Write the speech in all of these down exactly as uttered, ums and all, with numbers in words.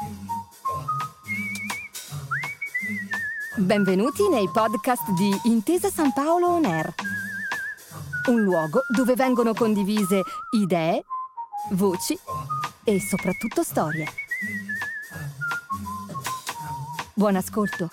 Benvenuti nei podcast di Intesa San Paolo On Air, un luogo dove vengono condivise idee, voci e soprattutto storie. Buon ascolto.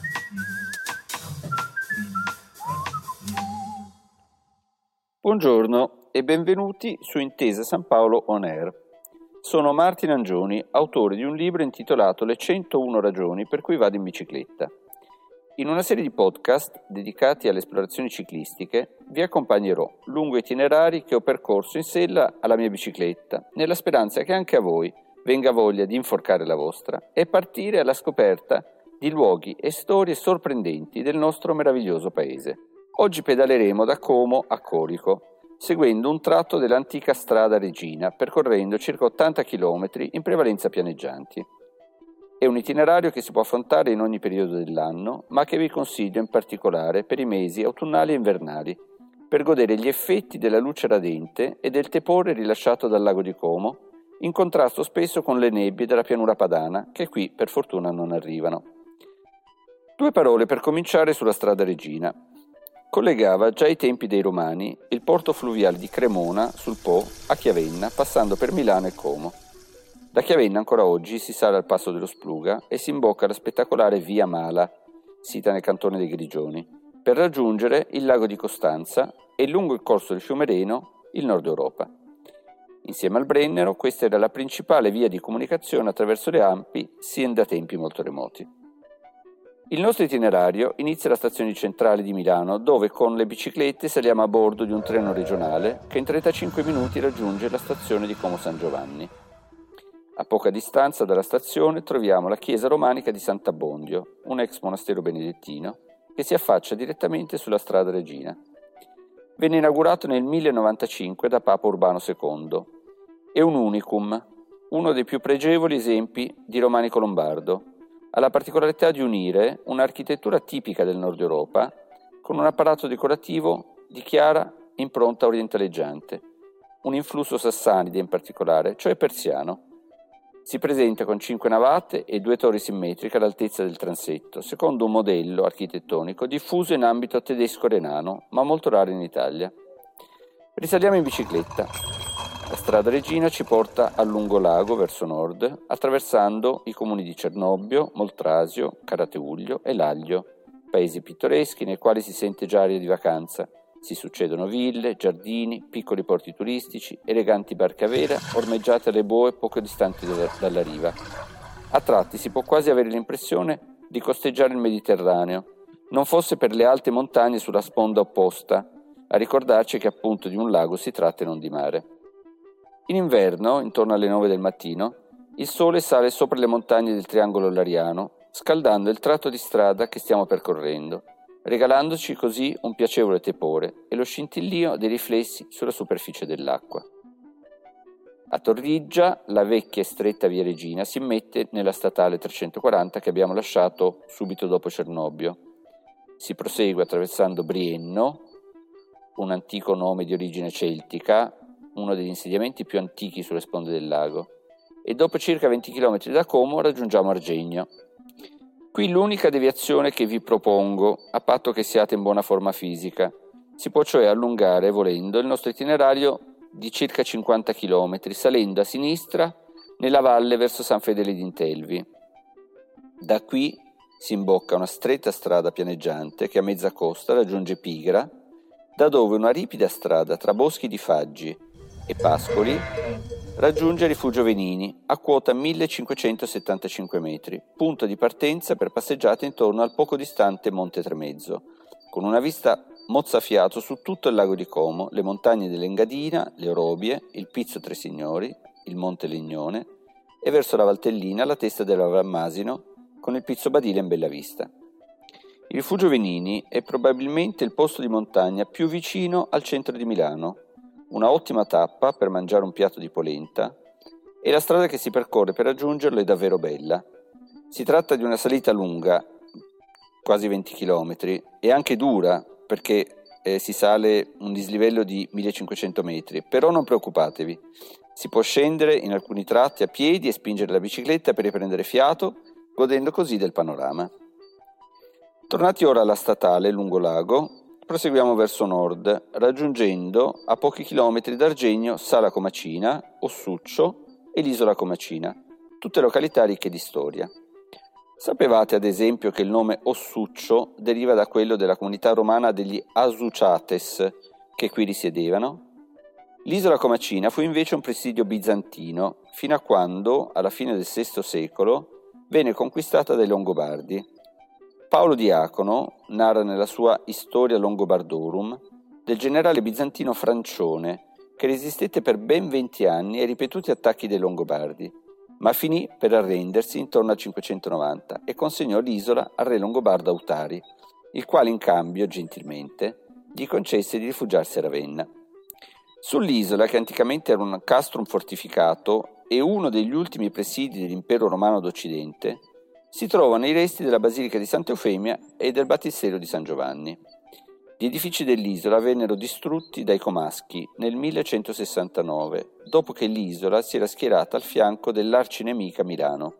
Buongiorno e benvenuti su Intesa San Paolo On Air. Sono Martin Angioni, autore di un libro intitolato Le centouno ragioni per cui vado in bicicletta. In una serie di podcast dedicati alle esplorazioni ciclistiche vi accompagnerò lungo itinerari che ho percorso in sella alla mia bicicletta, nella speranza che anche a voi venga voglia di inforcare la vostra e partire alla scoperta di luoghi e storie sorprendenti del nostro meraviglioso paese. Oggi pedaleremo da Como a Corico, seguendo un tratto dell'antica strada Regina, percorrendo circa ottanta chilometri in prevalenza pianeggianti. È un itinerario che si può affrontare in ogni periodo dell'anno, ma che vi consiglio in particolare per i mesi autunnali e invernali, per godere gli effetti della luce radente e del tepore rilasciato dal lago di Como, in contrasto spesso con le nebbie della pianura padana, che qui per fortuna non arrivano. Due parole per cominciare sulla strada Regina. Collegava già ai tempi dei Romani il porto fluviale di Cremona sul Po a Chiavenna, passando per Milano e Como. Da Chiavenna ancora oggi si sale al passo dello Spluga e si imbocca la spettacolare Via Mala, sita nel cantone dei Grigioni, per raggiungere il lago di Costanza e lungo il corso del fiume Reno il Nord Europa. Insieme al Brennero questa era la principale via di comunicazione attraverso le Alpi sin da tempi molto remoti. Il nostro itinerario inizia alla stazione centrale di Milano, dove con le biciclette saliamo a bordo di un treno regionale che in trentacinque minuti raggiunge la stazione di Como San Giovanni. A poca distanza dalla stazione troviamo la chiesa romanica di Sant'Abbondio, un ex monastero benedettino, che si affaccia direttamente sulla strada Regina. Venne inaugurato nel millenovantacinque da Papa Urbano secondo. È un unicum, uno dei più pregevoli esempi di romanico lombardo. Ha la particolarità di unire un'architettura tipica del Nord Europa con un apparato decorativo di chiara impronta orientaleggiante, un influsso sassanide in particolare, cioè persiano. Si presenta con cinque navate e due torri simmetriche all'altezza del transetto, secondo un modello architettonico diffuso in ambito tedesco-renano, ma molto raro in Italia. Risaliamo in bicicletta. La strada Regina ci porta a Lungolago verso nord, attraversando i comuni di Cernobbio, Moltrasio, Carateuglio e Laglio, paesi pittoreschi nei quali si sente già aria di vacanza. Si succedono ville, giardini, piccoli porti turistici, eleganti barche a vela, ormeggiate alle boe poco distanti dalla riva. A tratti si può quasi avere l'impressione di costeggiare il Mediterraneo, non fosse per le alte montagne sulla sponda opposta, a ricordarci che appunto di un lago si tratta e non di mare. In inverno, intorno alle nove del mattino, il sole sale sopra le montagne del Triangolo Lariano, scaldando il tratto di strada che stiamo percorrendo, regalandoci così un piacevole tepore e lo scintillio dei riflessi sulla superficie dell'acqua. A Torrigia, la vecchia e stretta via Regina si immette nella statale trecentoquaranta che abbiamo lasciato subito dopo Cernobbio. Si prosegue attraversando Brienno, un antico nome di origine celtica, uno degli insediamenti più antichi sulle sponde del lago, e dopo circa venti chilometri da Como raggiungiamo Argegno. Qui l'unica deviazione che vi propongo, a patto che siate in buona forma fisica. Si può cioè allungare, volendo, il nostro itinerario di circa cinquanta chilometri, salendo a sinistra nella valle verso San Fedele d'Intelvi. Da qui si imbocca una stretta strada pianeggiante che a mezza costa raggiunge Pigra, da dove una ripida strada tra boschi di faggi e pascoli raggiunge Rifugio Venini a quota millecinquecentosettantacinque metri, punto di partenza per passeggiate intorno al poco distante Monte Tremezzo, con una vista mozzafiato su tutto il lago di Como, le montagne dell'Engadina, le Orobie, il Pizzo Tre Signori, il Monte Legnone e verso la Valtellina la testa della Valmasino con il Pizzo Badile in bella vista. Il Rifugio Venini è probabilmente il posto di montagna più vicino al centro di Milano, una ottima tappa per mangiare un piatto di polenta, e la strada che si percorre per raggiungerlo è davvero bella. Si tratta di una salita lunga, quasi venti chilometri, e anche dura perché eh, si sale un dislivello di millecinquecento metri, però non preoccupatevi, Si può scendere in alcuni tratti a piedi e spingere la bicicletta per riprendere fiato, godendo così del panorama. Tornati ora alla statale lungo lago, proseguiamo verso nord, raggiungendo a pochi chilometri d'Argegno Sala Comacina, Ossuccio e l'isola Comacina, tutte località ricche di storia. Sapevate ad esempio che il nome Ossuccio deriva da quello della comunità romana degli Asuciates, che qui risiedevano? L'isola Comacina fu invece un presidio bizantino, fino a quando, alla fine del sesto secolo, venne conquistata dai Longobardi. Paolo Diacono narra nella sua Historia Longobardorum del generale bizantino Francione, che resistette per ben venti anni ai ripetuti attacchi dei Longobardi, ma finì per arrendersi intorno al cinquecentonovanta e consegnò l'isola al re longobardo Autari, il quale in cambio, gentilmente, gli concesse di rifugiarsi a Ravenna. Sull'isola, che anticamente era un castrum fortificato e uno degli ultimi presidi dell'impero romano d'Occidente, si trovano i resti della Basilica di Santa Eufemia e del Battistero di San Giovanni. Gli edifici dell'isola vennero distrutti dai Comaschi nel millecentosessantanove, dopo che l'isola si era schierata al fianco dell'arcinemica Milano.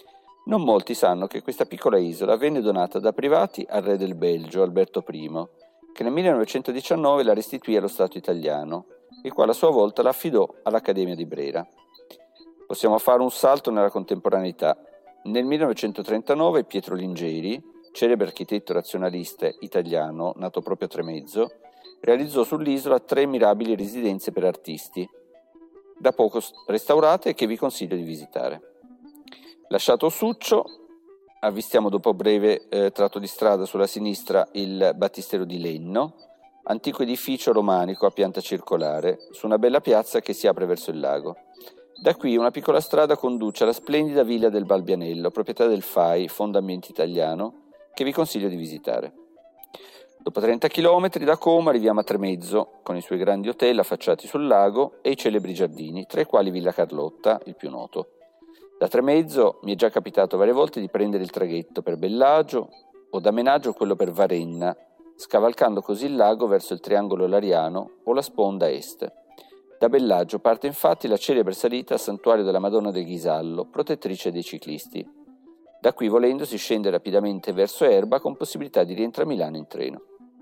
Non molti sanno che questa piccola isola venne donata da privati al re del Belgio, Alberto primo, che nel millenovecentodiciannove la restituì allo Stato italiano, il quale a sua volta la affidò all'Accademia di Brera. Possiamo fare un salto nella contemporaneità. Nel millenovecentotrentanove Pietro Lingeri, celebre architetto razionalista italiano nato proprio a Tremezzo, realizzò sull'isola tre mirabili residenze per artisti, da poco restaurate e che vi consiglio di visitare. Lasciato Ossuccio, avvistiamo dopo breve eh, tratto di strada sulla sinistra il Battistero di Lenno, antico edificio romanico a pianta circolare, su una bella piazza che si apre verso il lago. Da qui una piccola strada conduce alla splendida villa del Balbianello, proprietà del F A I, Fondo Ambiente Italiano, che vi consiglio di visitare. Dopo trenta chilometri da Como arriviamo a Tremezzo, con i suoi grandi hotel affacciati sul lago e i celebri giardini, tra i quali Villa Carlotta, il più noto. Da Tremezzo mi è già capitato varie volte di prendere il traghetto per Bellagio o da Menaggio quello per Varenna, scavalcando così il lago verso il triangolo Lariano o la sponda est. Da Bellagio parte infatti la celebre salita al santuario della Madonna del Ghisallo, protettrice dei ciclisti. Da qui volendo si scende rapidamente verso Erba con possibilità di rientrare a Milano in treno.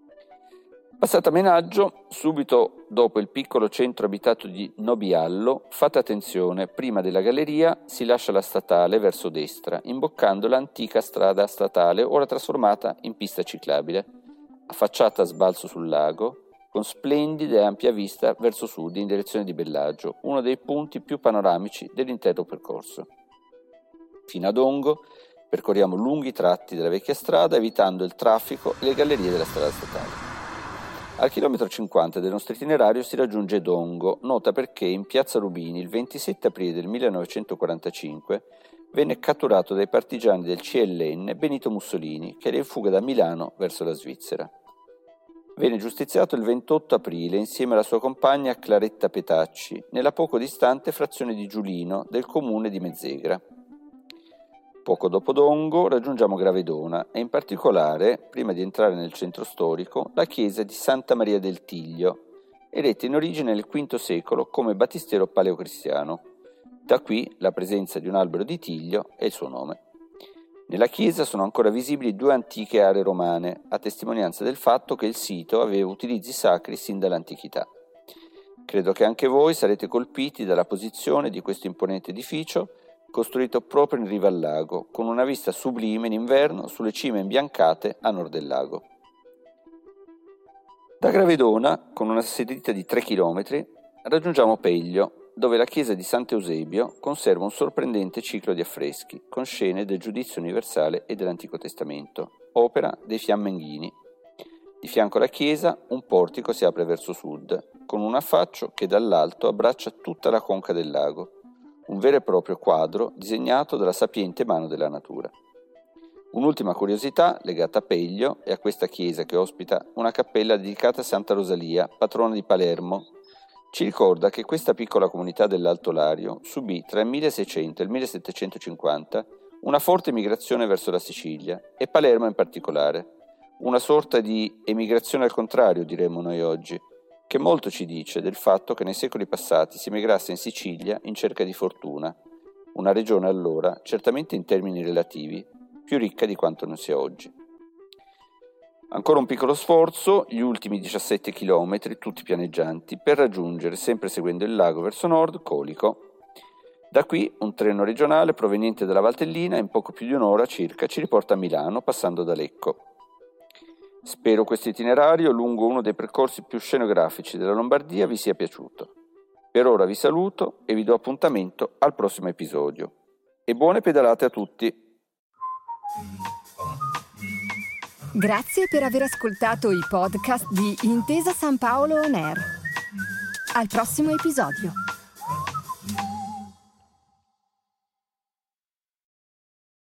Passata Menaggio, subito dopo il piccolo centro abitato di Nobiallo, fate attenzione, prima della galleria si lascia la statale verso destra, imboccando l'antica strada statale ora trasformata in pista ciclabile, affacciata a sbalzo sul lago, con splendida e ampia vista verso sud in direzione di Bellagio, uno dei punti più panoramici dell'intero percorso. Fino ad Ongo percorriamo lunghi tratti della vecchia strada evitando il traffico e le gallerie della strada statale. Al chilometro cinquanta del nostro itinerario si raggiunge Dongo, nota perché in piazza Rubini il ventisette aprile del millenovecentoquarantacinque venne catturato dai partigiani del C L N Benito Mussolini, che era in fuga da Milano verso la Svizzera. Venne giustiziato il ventotto aprile insieme alla sua compagna Claretta Petacci, nella poco distante frazione di Giulino del comune di Mezzegra. Poco dopo Dongo raggiungiamo Gravedona e in particolare, prima di entrare nel centro storico, la chiesa di Santa Maria del Tiglio, eretta in origine nel quinto secolo come battistero paleocristiano. Da qui la presenza di un albero di tiglio e il suo nome. Nella chiesa sono ancora visibili due antiche aree romane, a testimonianza del fatto che il sito aveva utilizzi sacri sin dall'antichità. Credo che anche voi sarete colpiti dalla posizione di questo imponente edificio, costruito proprio in riva al lago, con una vista sublime in inverno sulle cime imbiancate a nord del lago. Da Gravedona, con una salita di tre chilometri, raggiungiamo Peglio, dove la chiesa di Sant'Eusebio conserva un sorprendente ciclo di affreschi, con scene del Giudizio universale e dell'Antico Testamento, opera dei Fiammenghini. Di fianco alla chiesa un portico si apre verso sud, con un affaccio che dall'alto abbraccia tutta la conca del lago, un vero e proprio quadro disegnato dalla sapiente mano della natura. Un'ultima curiosità legata a Peglio e a questa chiesa che ospita una cappella dedicata a Santa Rosalia, patrona di Palermo, ci ricorda che questa piccola comunità dell'Alto Lario subì tra il milleseicento e il millesettecentocinquanta una forte migrazione verso la Sicilia e Palermo in particolare, una sorta di emigrazione al contrario diremmo noi oggi, che molto ci dice del fatto che nei secoli passati si emigrasse in Sicilia in cerca di fortuna, una regione allora, certamente in termini relativi, più ricca di quanto non sia oggi. Ancora un piccolo sforzo, gli ultimi diciassette chilometri, tutti pianeggianti, per raggiungere, sempre seguendo il lago verso nord, Colico. Da qui un treno regionale proveniente dalla Valtellina in poco più di un'ora circa ci riporta a Milano, passando da Lecco. Spero questo itinerario lungo uno dei percorsi più scenografici della Lombardia vi sia piaciuto. Per ora vi saluto e vi do appuntamento al prossimo episodio. E buone pedalate a tutti! Grazie per aver ascoltato i podcast di Intesa San Paolo On Air. Al prossimo episodio.